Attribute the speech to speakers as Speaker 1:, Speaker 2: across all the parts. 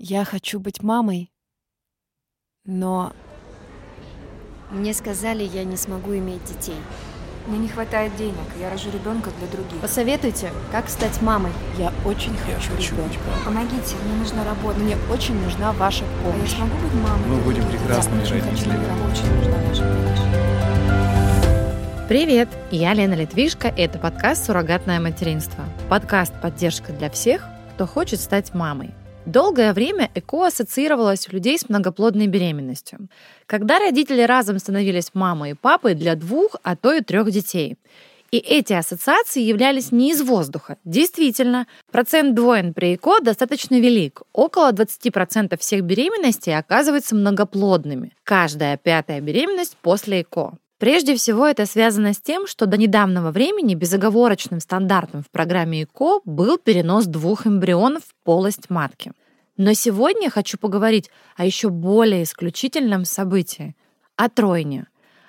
Speaker 1: Я хочу быть мамой, но
Speaker 2: Мне сказали, я не смогу иметь детей.
Speaker 3: Мне не хватает денег, я рожу ребенка для других.
Speaker 2: Посоветуйте, как стать мамой.
Speaker 1: я очень хочу ребенка.
Speaker 3: Помогите, мне нужна работа.
Speaker 1: Мне очень нужна ваша
Speaker 3: А я
Speaker 1: помощь.
Speaker 3: смогу быть мамой?
Speaker 4: Мы
Speaker 3: для
Speaker 4: будем
Speaker 3: других?
Speaker 4: прекрасными
Speaker 3: Я очень хочу
Speaker 4: родителями.
Speaker 3: ребенка, очень нужна ваша помощь.
Speaker 5: Привет! Я Лена Литвишко, и это подкаст «Суррогатное материнство». Подкаст «Поддержка для всех, кто хочет стать мамой». Долгое время ЭКО ассоциировалось у людей с многоплодной беременностью, когда родители разом становились мамой и папой для 2, а то и 3 детей. И эти ассоциации являлись не из воздуха. Действительно, процент двоен при ЭКО достаточно велик. Около 20% всех беременностей оказываются многоплодными. Каждая 5-я беременность после ЭКО. Прежде всего, это связано с тем, что до недавнего времени безоговорочным стандартом в программе ЭКО был перенос 2 эмбрионов в полость матки. Но сегодня хочу поговорить о еще более исключительном событии – о тройне.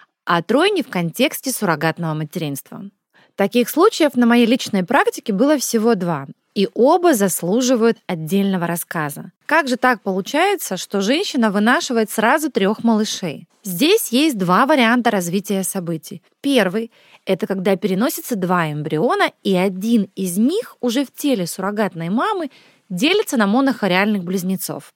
Speaker 5: О тройне в контексте суррогатного материнства. Таких случаев на моей личной практике было всего 2, и оба заслуживают отдельного рассказа. Как же так получается, что женщина вынашивает сразу 3 малышей? Здесь есть 2 варианта развития событий. Первый – это когда переносится 2 эмбриона, и один из них уже в теле суррогатной мамы делится на монохориальных близнецов.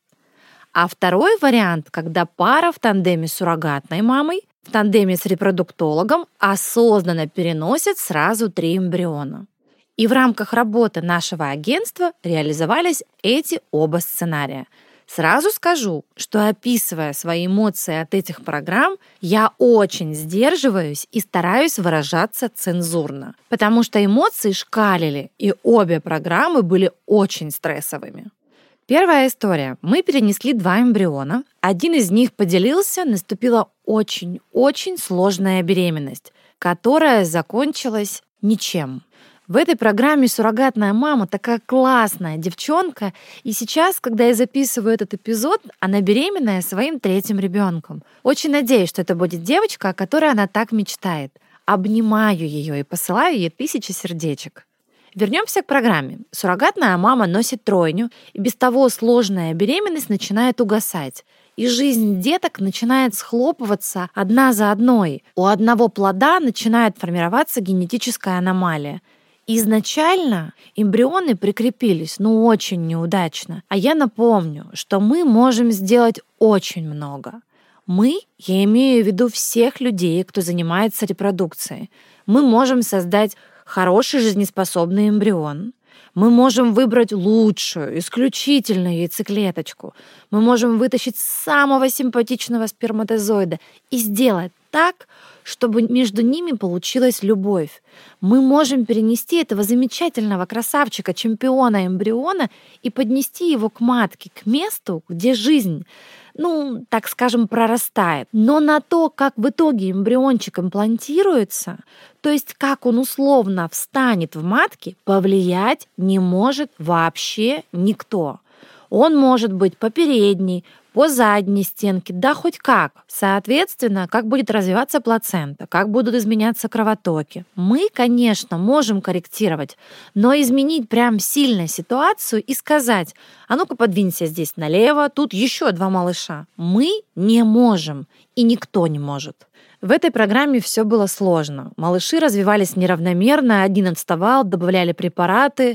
Speaker 5: А второй вариант, когда пара в тандеме с суррогатной мамой, в тандеме с репродуктологом осознанно переносит сразу 3 эмбриона. И в рамках работы нашего агентства реализовались эти оба сценария. Сразу скажу, что, описывая свои эмоции от этих программ, я очень сдерживаюсь и стараюсь выражаться цензурно, потому что эмоции шкалили, и обе программы были очень стрессовыми. Первая история. Мы перенесли 2 эмбриона. Один из них поделился, наступила очень-очень сложная беременность, которая закончилась ничем. В этой программе суррогатная мама такая классная девчонка, и сейчас, когда я записываю этот эпизод, она беременная своим 3-м ребенком. Очень надеюсь, что это будет девочка, о которой она так мечтает. Обнимаю ее и посылаю ей 1000 сердечек. Вернемся к программе. Суррогатная мама носит тройню, и без того сложная беременность начинает угасать. И жизнь деток начинает схлопываться одна за одной. У одного плода начинает формироваться генетическая аномалия. Изначально эмбрионы прикрепились, но очень неудачно. А я напомню, что мы можем сделать очень много. Мы, я имею в виду всех людей, кто занимается репродукцией. Мы можем создать хороший жизнеспособный эмбрион. Мы можем выбрать лучшую, исключительную яйцеклеточку. Мы можем вытащить самого симпатичного сперматозоида и сделать так, чтобы между ними получилась любовь. Мы можем перенести этого замечательного красавчика, чемпиона эмбриона и поднести его к матке, к месту, где жизнь, так скажем, прорастает. Но на то, как в итоге эмбриончик имплантируется, то есть как он условно встанет в матке, повлиять не может вообще никто. Он может быть по передней, по задней стенке, да хоть как. Соответственно, как будет развиваться плацента, как будут изменяться кровотоки. Мы, конечно, можем корректировать, но изменить прям сильно ситуацию и сказать: а ну-ка подвинься здесь налево, тут еще 2 малыша. Мы не можем, и никто не может. В этой программе все было сложно. Малыши развивались неравномерно, один отставал, добавляли препараты.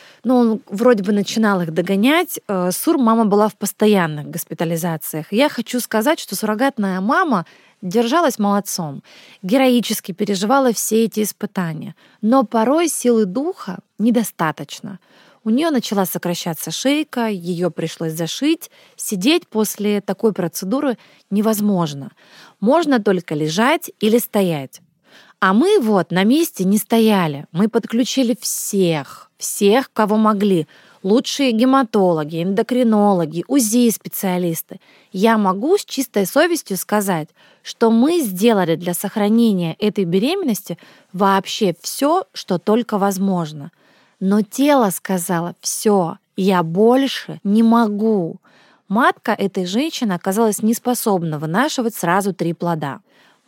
Speaker 5: Он вроде бы начинал их догонять. Мама была в постоянных госпитализациях. Я хочу сказать, что суррогатная мама держалась молодцом, героически переживала все эти испытания. Но порой силы духа недостаточно. У нее начала сокращаться шейка, ее пришлось зашить. Сидеть после такой процедуры невозможно. Можно только лежать или стоять. А мы на месте не стояли. Мы подключили всех, кого могли. Лучшие гематологи, эндокринологи, УЗИ-специалисты. Я могу с чистой совестью сказать, что мы сделали для сохранения этой беременности вообще все, что только возможно. Но тело сказало: все, я больше не могу. Матка этой женщины оказалась неспособна вынашивать сразу 3 плода.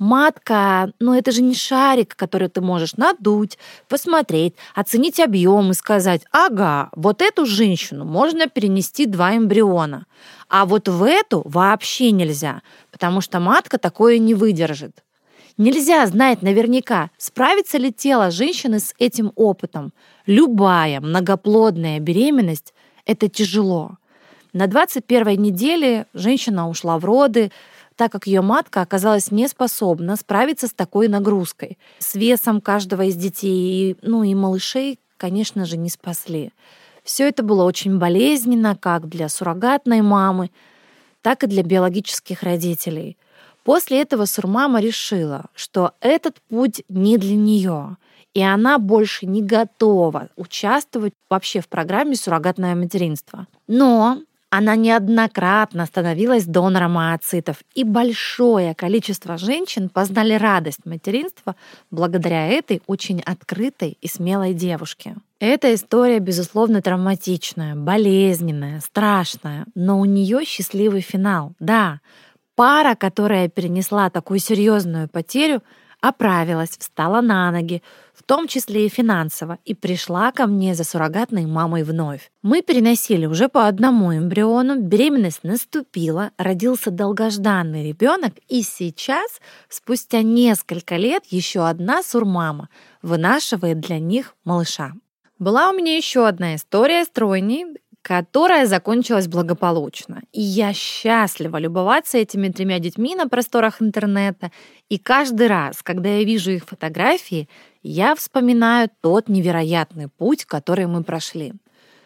Speaker 5: Матка, это же не шарик, который ты можешь надуть, посмотреть, оценить объем и сказать: ага, вот эту женщину можно перенести 2 эмбриона, а вот в эту вообще нельзя, потому что матка такое не выдержит. Нельзя знать наверняка, справится ли тело женщины с этим опытом. Любая многоплодная беременность — это тяжело. На 21-й неделе женщина ушла в роды, так как ее матка оказалась не способна справиться с такой нагрузкой. С весом каждого из детей, и малышей, конечно же, не спасли. Все это было очень болезненно как для суррогатной мамы, так и для биологических родителей. После этого сурмама решила, что этот путь не для нее, и она больше не готова участвовать вообще в программе «Суррогатное материнство». Но она неоднократно становилась донором oocytов, и большое количество женщин познали радость материнства благодаря этой очень открытой и смелой девушке. Эта история, безусловно, травматичная, болезненная, страшная, но у нее счастливый финал. Да, пара, которая перенесла такую серьезную потерю, оправилась, встала на ноги, в том числе и финансово, и пришла ко мне за суррогатной мамой вновь. Мы переносили уже по 1 эмбриону, беременность наступила, родился долгожданный ребенок, и сейчас, спустя несколько лет, еще одна сурмама вынашивает для них малыша. Была у меня еще одна история с тройней, которая закончилась благополучно. И я счастлива любоваться этими 3 детьми на просторах интернета. И каждый раз, когда я вижу их фотографии, я вспоминаю тот невероятный путь, который мы прошли.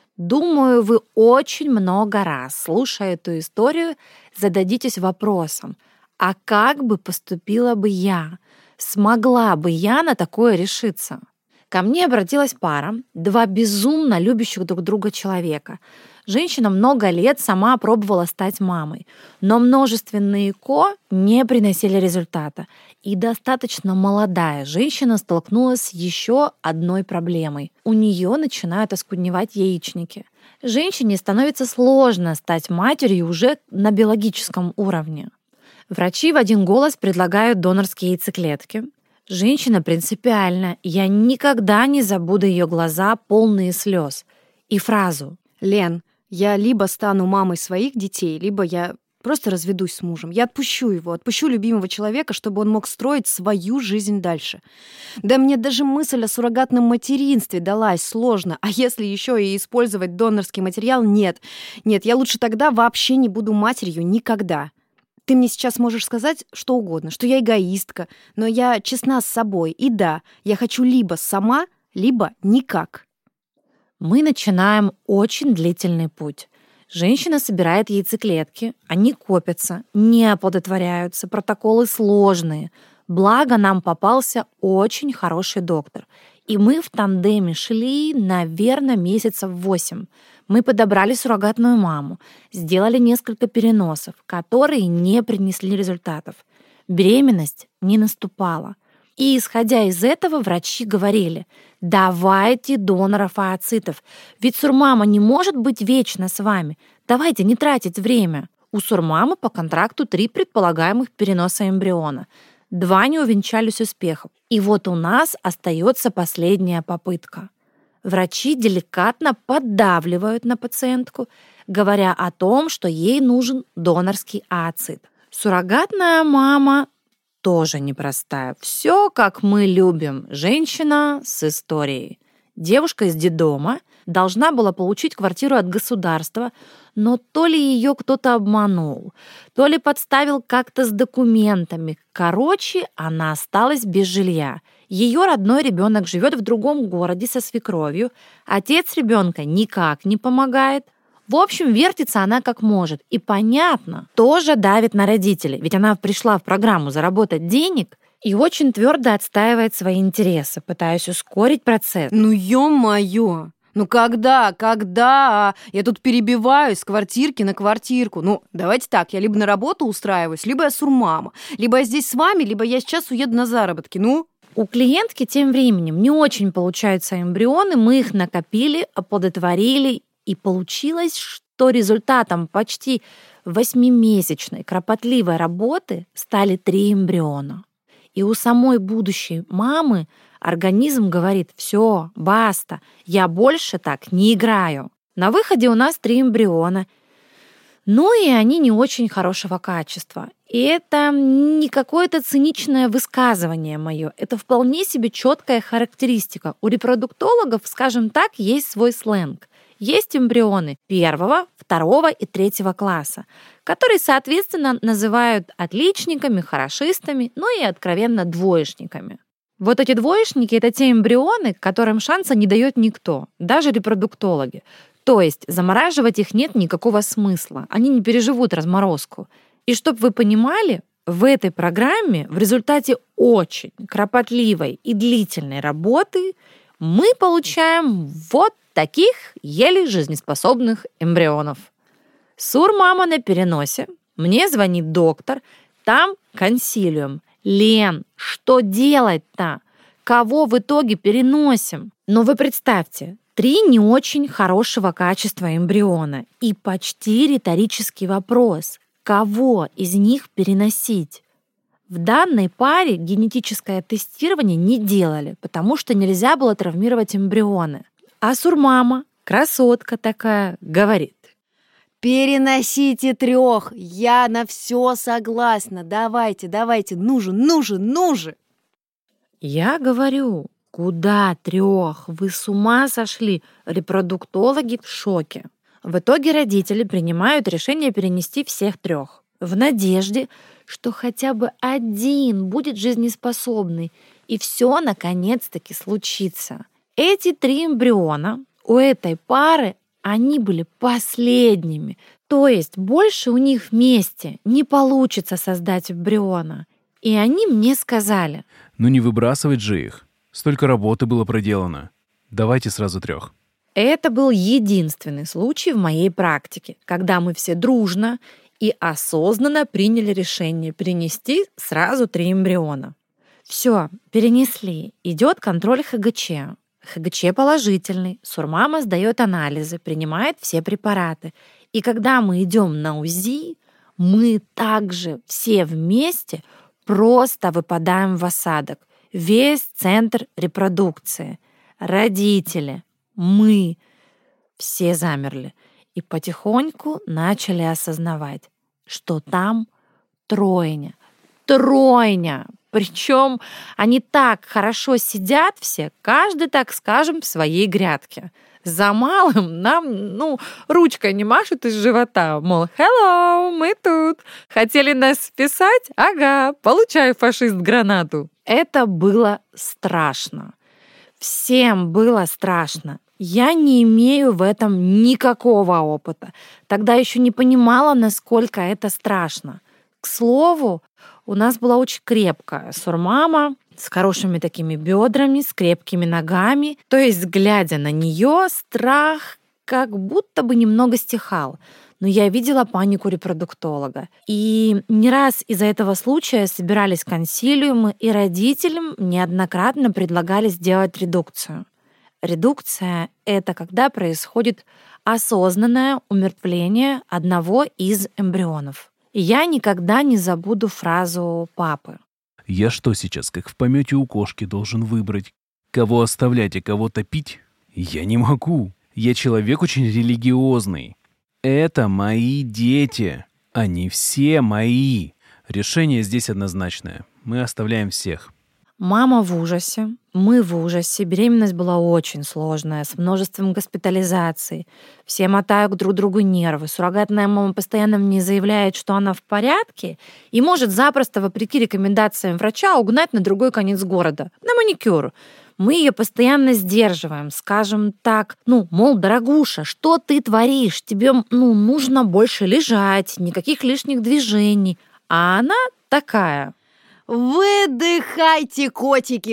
Speaker 5: Думаю, вы очень много раз, слушая эту историю, зададитесь вопросом: а как бы поступила бы я? Смогла бы я на такое решиться? Ко мне обратилась пара, 2 безумно любящих друг друга человека. Женщина много лет сама пробовала стать мамой, но множественные ЭКО не приносили результата. И достаточно молодая женщина столкнулась с еще одной проблемой. У нее начинают оскудневать яичники. Женщине становится сложно стать матерью уже на биологическом уровне. Врачи в один голос предлагают донорские яйцеклетки. Женщина принципиальна, я никогда не забуду ее глаза, полные слез, и фразу:
Speaker 4: «Лен, я либо стану мамой своих детей, либо я просто разведусь с мужем. Я отпущу его, отпущу любимого человека, чтобы он мог строить свою жизнь дальше. Да мне даже мысль о суррогатном материнстве далась сложно, а если еще и использовать донорский материал, нет, я лучше тогда вообще не буду матерью никогда». Ты мне сейчас можешь сказать что угодно, что я эгоистка, но я честна с собой. И да, я хочу либо сама, либо никак.
Speaker 5: Мы начинаем очень длительный путь. Женщина собирает яйцеклетки, они копятся, не оплодотворяются, протоколы сложные. Благо нам попался очень хороший доктор. И мы в тандеме шли, наверное, 8 месяцев. Мы подобрали суррогатную маму, сделали несколько переносов, которые не принесли результатов. Беременность не наступала. И, исходя из этого, врачи говорили: давайте доноров oocytов, ведь сурмама не может быть вечно с вами. Давайте не тратить время. У сурмамы по контракту 3 предполагаемых переноса эмбриона. 2 не увенчались успехом. И вот у нас остается последняя попытка. Врачи деликатно поддавливают на пациентку, говоря о том, что ей нужен донорский oocyt. Суррогатная мама тоже непростая. Все, как мы любим. Женщина с историей. Девушка из детдома должна была получить квартиру от государства, но то ли ее кто-то обманул, то ли подставил как-то с документами. Короче, она осталась без жилья. Ее родной ребенок живет в другом городе со свекровью, отец ребенка никак не помогает. В общем, вертится она как может. И понятно, тоже давит на родителей, ведь она пришла в программу заработать денег и очень твердо отстаивает свои интересы, пытаясь ускорить процесс.
Speaker 4: Ну, ё-моё! Ну когда? Я тут перебиваюсь с квартирки на квартирку. Ну, давайте так, я либо на работу устраиваюсь, либо я сурмама. Либо я здесь с вами, либо я сейчас уеду на заработки. Ну?
Speaker 5: У клиентки тем временем не очень получаются эмбрионы, мы их накопили, оплодотворили, и получилось, что результатом почти 8-месячной кропотливой работы стали 3 эмбриона. И у самой будущей мамы организм говорит: все, баста, я больше так не играю. На выходе у нас 3 эмбриона. Ну и они не очень хорошего качества. И это не какое-то циничное высказывание мое. Это вполне себе четкая характеристика. У репродуктологов, скажем так, есть свой сленг. Есть эмбрионы 1, 2 и 3 класса, которые, соответственно, называют отличниками, хорошистами, ну и откровенно двоечниками. Вот эти двоечники — это те эмбрионы, которым шанса не дает никто, даже репродуктологи. То есть замораживать их нет никакого смысла, они не переживут разморозку. И чтобы вы понимали, в этой программе в результате очень кропотливой и длительной работы мы получаем вот таких еле жизнеспособных эмбрионов. Сур-мама на переносе, мне звонит доктор, там консилиум. Лен, что делать-то? Кого в итоге переносим? Но вы представьте, 3 не очень хорошего качества эмбриона и почти риторический вопрос: кого из них переносить? В данной паре генетическое тестирование не делали, потому что нельзя было травмировать эмбрионы. А сурмама, красотка такая, говорит:
Speaker 4: Переносите 3, я на все согласна. Давайте, нужен.
Speaker 5: Я говорю: куда 3? Вы с ума сошли? Репродуктологи в шоке. В итоге родители принимают решение перенести всех 3 в надежде, что хотя бы один будет жизнеспособный, и все наконец-таки случится. Эти 3 эмбриона у этой пары, они были последними. То есть больше у них вместе не получится создать эмбриона. И они мне сказали:
Speaker 6: Ну не выбрасывать же их. Столько работы было проделано. Давайте сразу 3.
Speaker 5: это был единственный случай в моей практике, когда мы все дружно и осознанно приняли решение перенести сразу 3 эмбриона. Все, перенесли. Идет контроль ХГЧ. ХГЧ положительный. Сурмама сдает анализы, принимает все препараты. И когда мы идем на УЗИ, мы также все вместе просто выпадаем в осадок. Весь центр репродукции, родители, мы все замерли и потихоньку начали осознавать, что там 3. Причем они так хорошо сидят все, каждый, так скажем, в своей грядке. За малым нам, ручкой не машут из живота, мол, hello, мы тут. Хотели нас списать? Ага, получай, фашист, гранату. Это было страшно. Всем было страшно. Я не имею в этом никакого опыта. Тогда еще не понимала, насколько это страшно. К слову, у нас была очень крепкая сурмама, с хорошими такими бедрами, с крепкими ногами. То есть, глядя на нее, страх как будто бы немного стихал. Но я видела панику репродуктолога. И не раз из-за этого случая собирались консилиумы, и родителям неоднократно предлагали сделать редукцию. Редукция — это когда происходит осознанное умертвление одного из эмбрионов. И я никогда не забуду фразу папы.
Speaker 6: Я что сейчас, как в помете у кошки, должен выбрать, кого оставлять и кого топить? Я не могу. Я человек очень религиозный. Это мои дети. Они все мои. Решение здесь однозначное. Мы оставляем всех.
Speaker 5: Мама в ужасе, мы в ужасе. Беременность была очень сложная, с множеством госпитализаций. Все мотают друг другу нервы. Суррогатная мама постоянно мне заявляет, что она в порядке и может запросто, вопреки рекомендациям врача, угнать на другой конец города, на маникюр. Мы ее постоянно сдерживаем, скажем так, мол, дорогуша, что ты творишь? Тебе, нужно больше лежать, никаких лишних движений. А она такая:
Speaker 4: Выдыхайте, котики,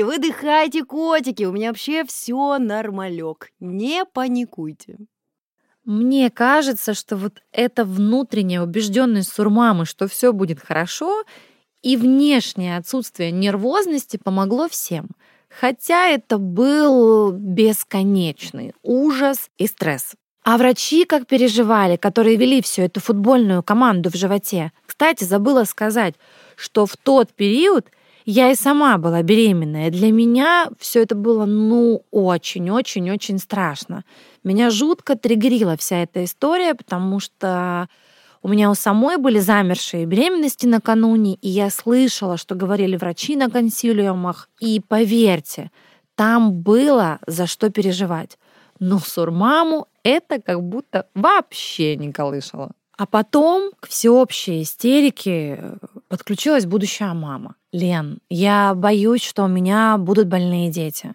Speaker 4: у меня вообще все нормалек. Не паникуйте.
Speaker 5: Мне кажется, что вот эта внутренняя убежденность сурмамы, что все будет хорошо, и внешнее отсутствие нервозности помогло всем. Хотя это был бесконечный ужас и стресс. А врачи как переживали, которые вели всю эту футбольную команду в животе. Кстати, забыла сказать, что в тот период Я и сама была беременная. Для меня все это было, очень-очень-очень страшно. Меня жутко триггерила вся эта история, потому что у меня у самой были замершие беременности накануне, и я слышала, что говорили врачи на консилиумах. И поверьте, там было за что переживать. Но сурмаму это как будто вообще не колышало. А потом к всеобщей истерике подключилась будущая мама. Лен, я боюсь, что у меня будут больные дети.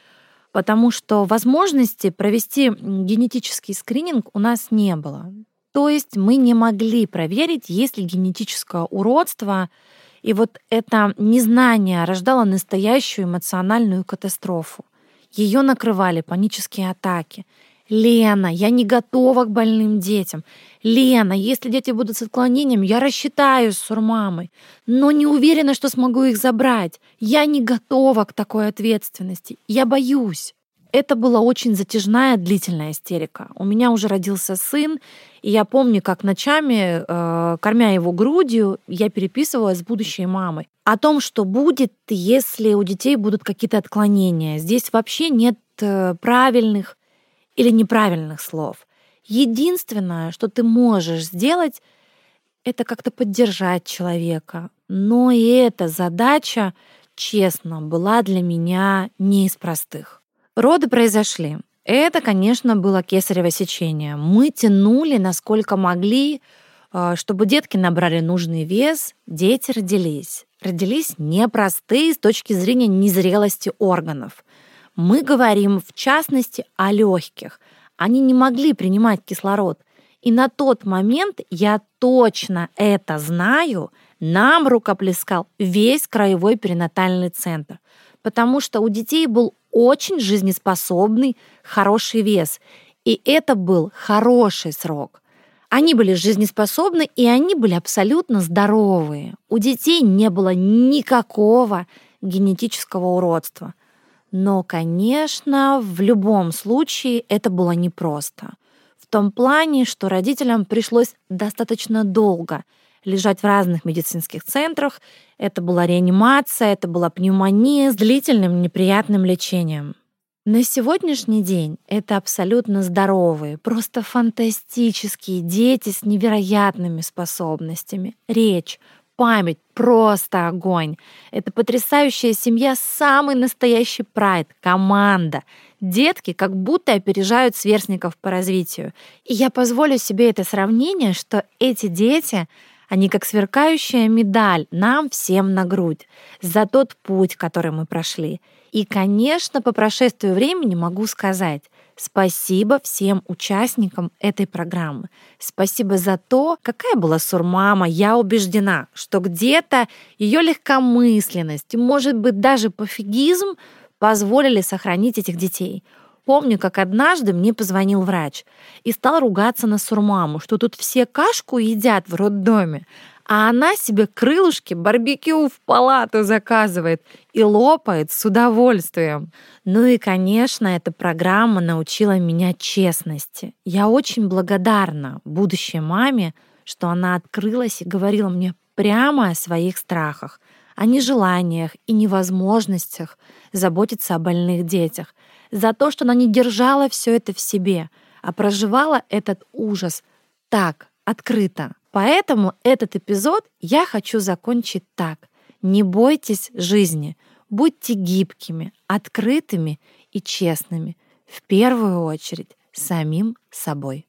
Speaker 5: Потому что возможности провести генетический скрининг у нас не было. То есть мы не могли проверить, есть ли генетическое уродство. И вот это незнание рождало настоящую эмоциональную катастрофу. Ее накрывали панические атаки. Лена, я не готова к больным детям. Лена, если дети будут с отклонением, я рассчитаюсь с сурмамой, но не уверена, что смогу их забрать. Я не готова к такой ответственности. Я боюсь. Это была очень затяжная, длительная истерика. У меня уже родился сын, и я помню, как ночами, кормя его грудью, я переписывалась с будущей мамой о том, что будет, если у детей будут какие-то отклонения. Здесь вообще нет правильных или неправильных слов. Единственное, что ты можешь сделать, это как-то поддержать человека. Но и эта задача, честно, была для меня не из простых. Роды произошли. Это, конечно, было кесарево сечение. Мы тянули, насколько могли, чтобы детки набрали нужный вес, дети родились. Родились непростые с точки зрения незрелости органов. Мы говорим, в частности, о легких. Они не могли принимать кислород. И на тот момент, я точно это знаю, нам рукоплескал весь краевой перинатальный центр. Потому что у детей был очень жизнеспособный, хороший вес. И это был хороший срок. Они были жизнеспособны, и они были абсолютно здоровые. У детей не было никакого генетического уродства. Но, конечно, в любом случае это было непросто. В том плане, что родителям пришлось достаточно долго лежать в разных медицинских центрах. Это была реанимация, это была пневмония с длительным неприятным лечением. На сегодняшний день это абсолютно здоровые, просто фантастические дети с невероятными способностями. Речь, память, просто огонь. Это потрясающая семья, самый настоящий прайд, команда. Детки как будто опережают сверстников по развитию. И я позволю себе это сравнение, что эти дети, они как сверкающая медаль нам всем на грудь за тот путь, который мы прошли. И, конечно, по прошествию времени могу сказать спасибо всем участникам этой программы. Спасибо за то, какая была сурмама. Я убеждена, что где-то ее легкомысленность и, может быть, даже пофигизм позволили сохранить этих детей. Помню, как однажды мне позвонил врач и стал ругаться на сурмаму, что тут все кашку едят в роддоме, а она себе крылышки барбекю в палату заказывает и лопает с удовольствием. Ну и, конечно, эта программа научила меня честности. Я очень благодарна будущей маме, что она открылась и говорила мне прямо о своих страхах, о нежеланиях и невозможностях заботиться о больных детях, за то, что она не держала все это в себе, а проживала этот ужас так, открыто. Поэтому этот эпизод я хочу закончить так. Не бойтесь жизни, будьте гибкими, открытыми и честными. В первую очередь самим собой.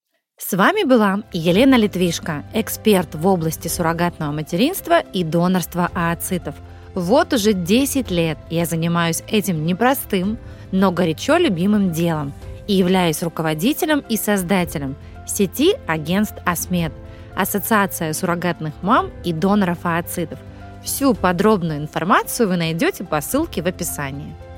Speaker 5: С вами была Елена Литвишко, эксперт в области суррогатного материнства и донорства ooцитов. Вот уже 10 лет я занимаюсь этим непростым, но горячо любимым делом и являюсь руководителем и создателем сети агентств АСМЕД, Ассоциация суррогатных мам и доноров ooцитов. Всю подробную информацию вы найдете по ссылке в описании.